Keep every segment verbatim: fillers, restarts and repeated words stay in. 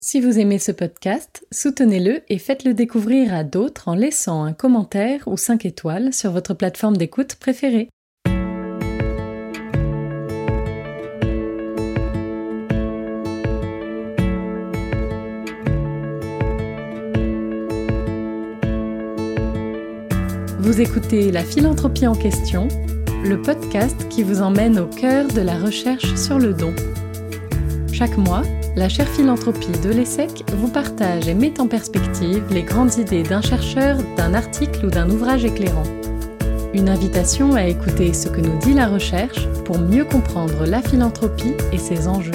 Si vous aimez ce podcast, soutenez-le et faites-le découvrir à d'autres en laissant un commentaire ou cinq étoiles sur votre plateforme d'écoute préférée. Vous écoutez La Philanthropie en question, le podcast qui vous emmène au cœur de la recherche sur le don. Chaque mois, la chaire Philanthropie de l'ESSEC vous partage et met en perspective les grandes idées d'un chercheur, d'un article ou d'un ouvrage éclairant. Une invitation à écouter ce que nous dit la recherche pour mieux comprendre la philanthropie et ses enjeux.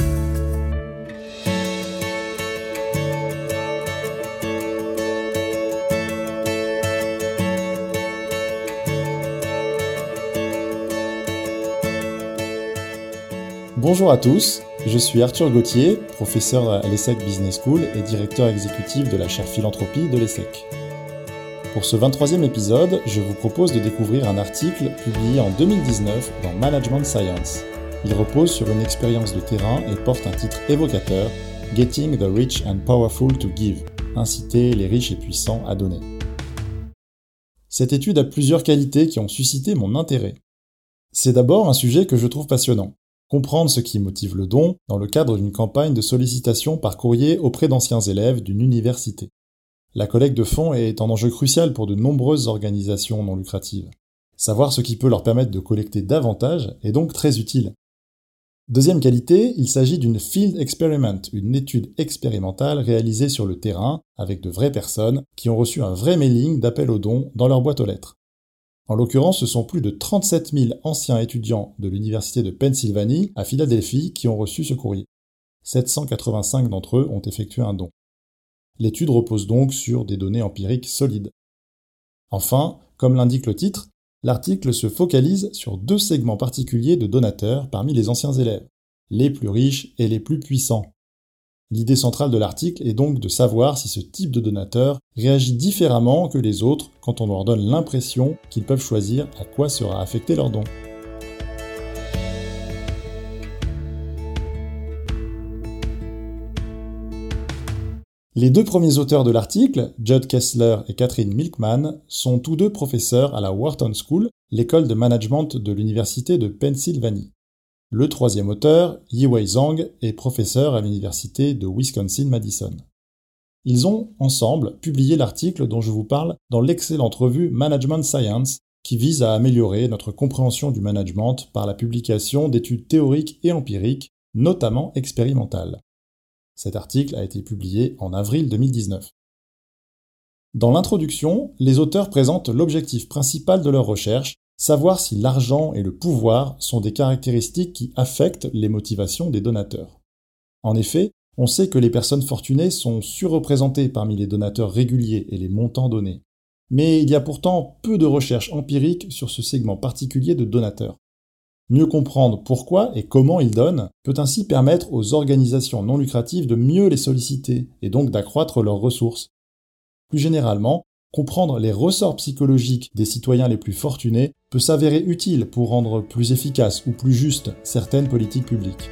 Bonjour à tous, je suis Arthur Gauthier, professeur à l'ESSEC Business School et directeur exécutif de la chaire Philanthropie de l'ESSEC. Pour ce vingt-troisième épisode, je vous propose de découvrir un article publié en deux mille dix-neuf dans Management Science. Il repose sur une expérience de terrain et porte un titre évocateur « Getting the Rich and Powerful to Give », inciter les riches et puissants à donner. Cette étude a plusieurs qualités qui ont suscité mon intérêt. C'est d'abord un sujet que je trouve passionnant. Comprendre ce qui motive le don dans le cadre d'une campagne de sollicitation par courrier auprès d'anciens élèves d'une université. La collecte de fonds est un enjeu crucial pour de nombreuses organisations non lucratives. Savoir ce qui peut leur permettre de collecter davantage est donc très utile. Deuxième qualité, il s'agit d'une field experiment, une étude expérimentale réalisée sur le terrain avec de vraies personnes qui ont reçu un vrai mailing d'appel aux dons dans leur boîte aux lettres. En l'occurrence, ce sont plus de trente-sept mille anciens étudiants de l'université de Pennsylvanie à Philadelphie qui ont reçu ce courrier. sept cent quatre-vingt-cinq d'entre eux ont effectué un don. L'étude repose donc sur des données empiriques solides. Enfin, comme l'indique le titre, l'article se focalise sur deux segments particuliers de donateurs parmi les anciens élèves, les plus riches et les plus puissants. L'idée centrale de l'article est donc de savoir si ce type de donateur réagit différemment que les autres quand on leur donne l'impression qu'ils peuvent choisir à quoi sera affecté leur don. Les deux premiers auteurs de l'article, Judd Kessler et Catherine Milkman, sont tous deux professeurs à la Wharton School, l'école de management de l'université de Pennsylvanie. Le troisième auteur, Yi-Wei Zhang, est professeur à l'université de Wisconsin-Madison. Ils ont, ensemble, publié l'article dont je vous parle dans l'excellente revue Management Science, qui vise à améliorer notre compréhension du management par la publication d'études théoriques et empiriques, notamment expérimentales. Cet article a été publié en avril deux mille dix-neuf. Dans l'introduction, les auteurs présentent l'objectif principal de leur recherche, savoir si l'argent et le pouvoir sont des caractéristiques qui affectent les motivations des donateurs. En effet, on sait que les personnes fortunées sont surreprésentées parmi les donateurs réguliers et les montants donnés. Mais il y a pourtant peu de recherches empiriques sur ce segment particulier de donateurs. Mieux comprendre pourquoi et comment ils donnent peut ainsi permettre aux organisations non lucratives de mieux les solliciter et donc d'accroître leurs ressources. Plus généralement, comprendre les ressorts psychologiques des citoyens les plus fortunés peut s'avérer utile pour rendre plus efficaces ou plus justes certaines politiques publiques.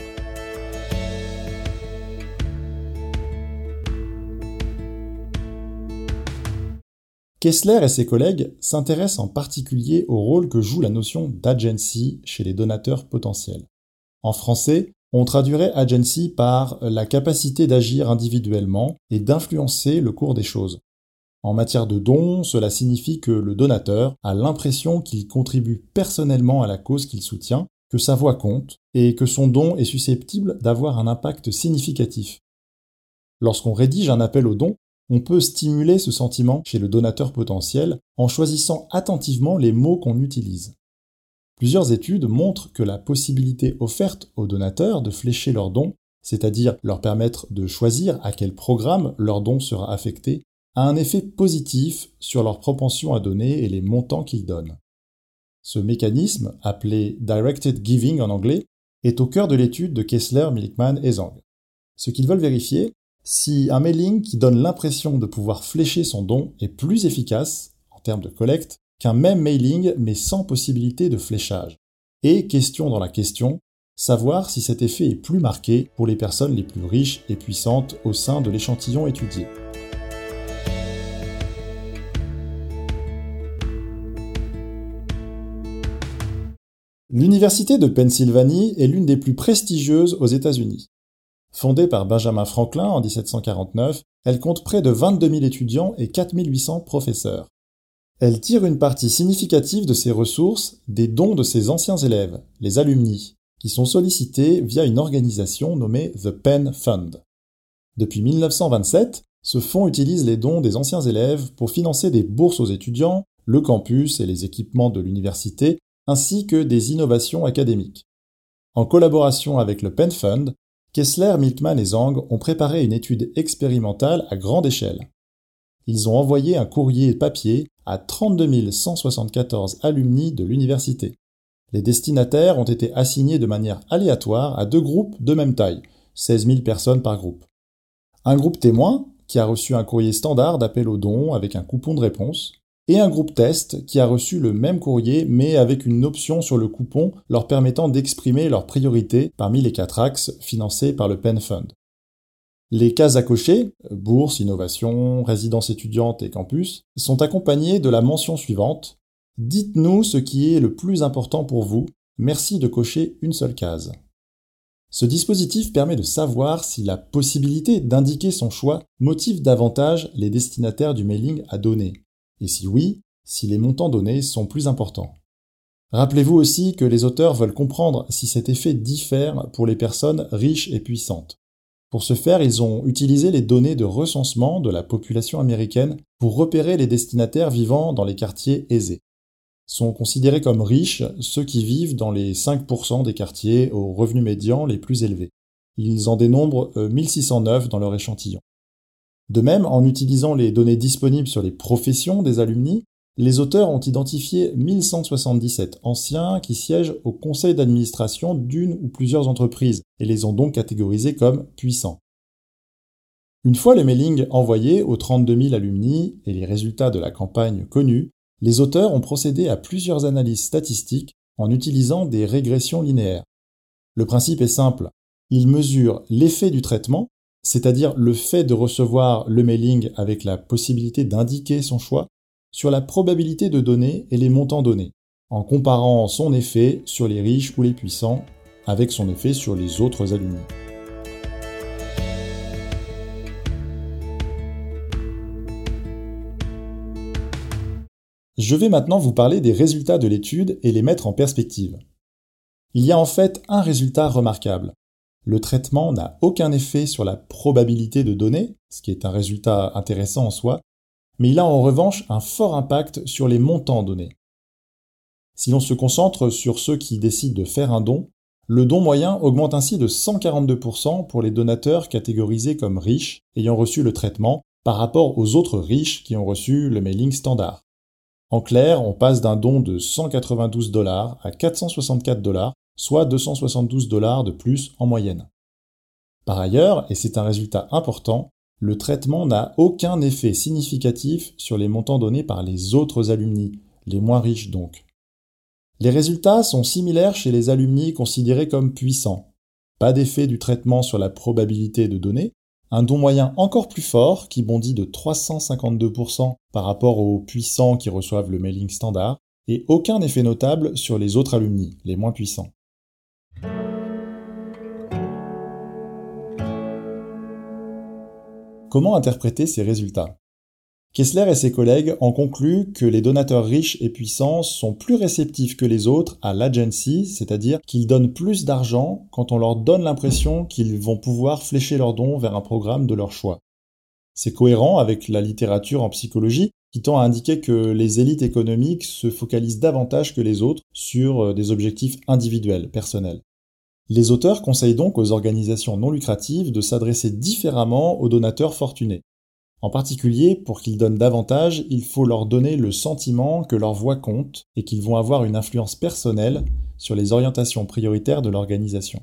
Kessler et ses collègues s'intéressent en particulier au rôle que joue la notion d'agency chez les donateurs potentiels. En français, on traduirait agency par la capacité d'agir individuellement et d'influencer le cours des choses. En matière de don, cela signifie que le donateur a l'impression qu'il contribue personnellement à la cause qu'il soutient, que sa voix compte et que son don est susceptible d'avoir un impact significatif. Lorsqu'on rédige un appel au don, on peut stimuler ce sentiment chez le donateur potentiel en choisissant attentivement les mots qu'on utilise. Plusieurs études montrent que la possibilité offerte aux donateurs de flécher leur don, c'est-à-dire leur permettre de choisir à quel programme leur don sera affecté, a un effet positif sur leur propension à donner et les montants qu'ils donnent. Ce mécanisme, appelé Directed Giving en anglais, est au cœur de l'étude de Kessler, Milkman et Zhang. Ce qu'ils veulent vérifier, si un mailing qui donne l'impression de pouvoir flécher son don est plus efficace, en termes de collecte, qu'un même mailing mais sans possibilité de fléchage. Et, question dans la question, savoir si cet effet est plus marqué pour les personnes les plus riches et puissantes au sein de l'échantillon étudié. L'Université de Pennsylvanie est l'une des plus prestigieuses aux États-Unis. Fondée par Benjamin Franklin en dix-sept cent quarante-neuf, elle compte près de vingt-deux mille étudiants et quatre mille huit cents professeurs. Elle tire une partie significative de ses ressources des dons de ses anciens élèves, les alumni, qui sont sollicités via une organisation nommée The Penn Fund. Depuis mille neuf cent vingt-sept, ce fonds utilise les dons des anciens élèves pour financer des bourses aux étudiants, le campus et les équipements de l'université, ainsi que des innovations académiques. En collaboration avec le Penn Fund, Kessler, Milkman et Zhang ont préparé une étude expérimentale à grande échelle. Ils ont envoyé un courrier papier à trente-deux mille cent soixante-quatorze alumni de l'université. Les destinataires ont été assignés de manière aléatoire à deux groupes de même taille, seize mille personnes par groupe. Un groupe témoin, qui a reçu un courrier standard d'appel aux dons avec un coupon de réponse, et un groupe test qui a reçu le même courrier mais avec une option sur le coupon leur permettant d'exprimer leurs priorités parmi les quatre axes financés par le Penn Fund. Les cases à cocher, bourse, innovation, résidence étudiante et campus, sont accompagnées de la mention suivante « Dites-nous ce qui est le plus important pour vous, merci de cocher une seule case ». Ce dispositif permet de savoir si la possibilité d'indiquer son choix motive davantage les destinataires du mailing à donner. Et si oui, si les montants donnés sont plus importants. Rappelez-vous aussi que les auteurs veulent comprendre si cet effet diffère pour les personnes riches et puissantes. Pour ce faire, ils ont utilisé les données de recensement de la population américaine pour repérer les destinataires vivant dans les quartiers aisés. Sont considérés comme riches ceux qui vivent dans les cinq pour cent des quartiers aux revenus médians les plus élevés. Ils en dénombrent mille six cent neuf dans leur échantillon. De même, en utilisant les données disponibles sur les professions des alumni, les auteurs ont identifié mille cent soixante-dix-sept anciens qui siègent au conseil d'administration d'une ou plusieurs entreprises et les ont donc catégorisés comme puissants. Une fois le mailing envoyé aux trente-deux mille alumni et les résultats de la campagne connus, les auteurs ont procédé à plusieurs analyses statistiques en utilisant des régressions linéaires. Le principe est simple, ils mesurent l'effet du traitement, c'est-à-dire le fait de recevoir le mailing avec la possibilité d'indiquer son choix, sur la probabilité de donner et les montants donnés, en comparant son effet sur les riches ou les puissants avec son effet sur les autres alumni. Je vais maintenant vous parler des résultats de l'étude et les mettre en perspective. Il y a en fait un résultat remarquable. Le traitement n'a aucun effet sur la probabilité de donner, ce qui est un résultat intéressant en soi, mais il a en revanche un fort impact sur les montants donnés. Si l'on se concentre sur ceux qui décident de faire un don, le don moyen augmente ainsi de cent quarante-deux pour cent pour les donateurs catégorisés comme riches ayant reçu le traitement par rapport aux autres riches qui ont reçu le mailing standard. En clair, on passe d'un don de cent quatre-vingt-douze dollars à quatre cent soixante-quatre dollars, soit deux cent soixante-douze dollars de plus en moyenne. Par ailleurs, et c'est un résultat important, le traitement n'a aucun effet significatif sur les montants donnés par les autres alumni, les moins riches donc. Les résultats sont similaires chez les alumni considérés comme puissants. Pas d'effet du traitement sur la probabilité de donner, un don moyen encore plus fort qui bondit de trois cent cinquante-deux pour cent par rapport aux puissants qui reçoivent le mailing standard, et aucun effet notable sur les autres alumni, les moins puissants. Comment interpréter ces résultats ? Kessler et ses collègues ont conclu que les donateurs riches et puissants sont plus réceptifs que les autres à l'agency, c'est-à-dire qu'ils donnent plus d'argent quand on leur donne l'impression qu'ils vont pouvoir flécher leurs dons vers un programme de leur choix. C'est cohérent avec la littérature en psychologie qui tend à indiquer que les élites économiques se focalisent davantage que les autres sur des objectifs individuels, personnels. Les auteurs conseillent donc aux organisations non lucratives de s'adresser différemment aux donateurs fortunés. En particulier, pour qu'ils donnent davantage, il faut leur donner le sentiment que leur voix compte et qu'ils vont avoir une influence personnelle sur les orientations prioritaires de l'organisation.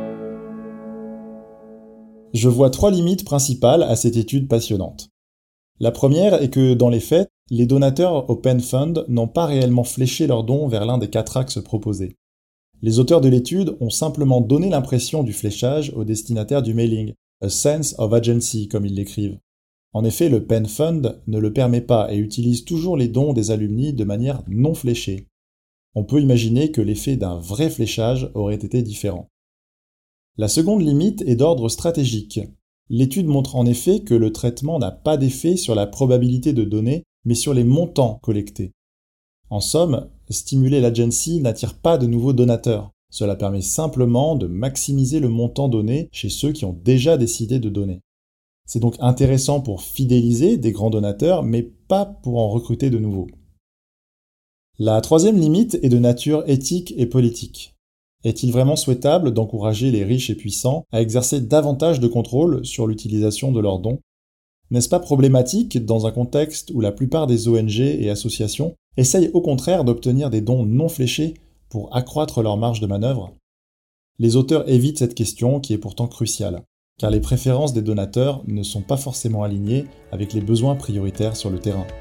Je vois trois limites principales à cette étude passionnante. La première est que, dans les faits, les donateurs au Pen Fund n'ont pas réellement fléché leurs dons vers l'un des quatre axes proposés. Les auteurs de l'étude ont simplement donné l'impression du fléchage aux destinataires du mailing, a sense of agency comme ils l'écrivent. En effet, le Pen Fund ne le permet pas et utilise toujours les dons des alumni de manière non fléchée. On peut imaginer que l'effet d'un vrai fléchage aurait été différent. La seconde limite est d'ordre stratégique. L'étude montre en effet que le traitement n'a pas d'effet sur la probabilité de donner, mais sur les montants collectés. En somme, stimuler l'agency n'attire pas de nouveaux donateurs. Cela permet simplement de maximiser le montant donné chez ceux qui ont déjà décidé de donner. C'est donc intéressant pour fidéliser des grands donateurs, mais pas pour en recruter de nouveaux. La troisième limite est de nature éthique et politique. Est-il vraiment souhaitable d'encourager les riches et puissants à exercer davantage de contrôle sur l'utilisation de leurs dons ? N'est-ce pas problématique dans un contexte où la plupart des O N G et associations essayent au contraire d'obtenir des dons non fléchés pour accroître leur marge de manœuvre ? Les auteurs évitent cette question qui est pourtant cruciale, car les préférences des donateurs ne sont pas forcément alignées avec les besoins prioritaires sur le terrain.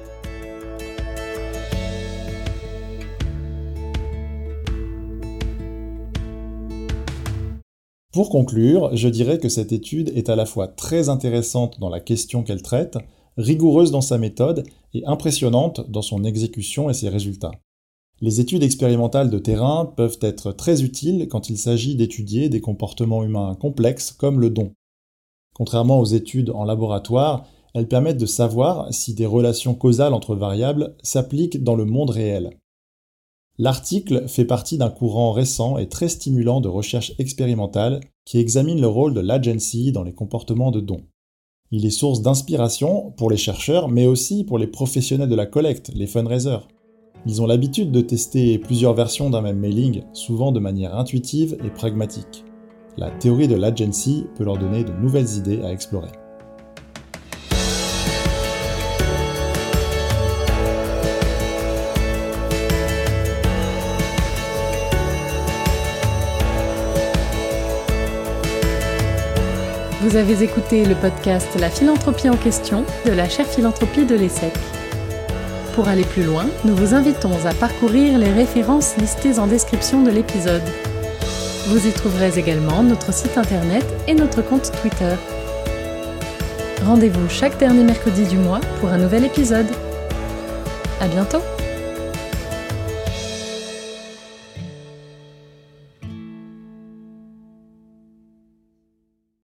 Pour conclure, je dirais que cette étude est à la fois très intéressante dans la question qu'elle traite, rigoureuse dans sa méthode et impressionnante dans son exécution et ses résultats. Les études expérimentales de terrain peuvent être très utiles quand il s'agit d'étudier des comportements humains complexes comme le don. Contrairement aux études en laboratoire, elles permettent de savoir si des relations causales entre variables s'appliquent dans le monde réel. L'article fait partie d'un courant récent et très stimulant de recherche expérimentale qui examine le rôle de l'agency dans les comportements de don. Il est source d'inspiration pour les chercheurs, mais aussi pour les professionnels de la collecte, les fundraisers. Ils ont l'habitude de tester plusieurs versions d'un même mailing, souvent de manière intuitive et pragmatique. La théorie de l'agency peut leur donner de nouvelles idées à explorer. Vous avez écouté le podcast La philanthropie en question de la chaire philanthropie de l'ESSEC. Pour aller plus loin, nous vous invitons à parcourir les références listées en description de l'épisode. Vous y trouverez également notre site internet et notre compte Twitter. Rendez-vous chaque dernier mercredi du mois pour un nouvel épisode. À bientôt!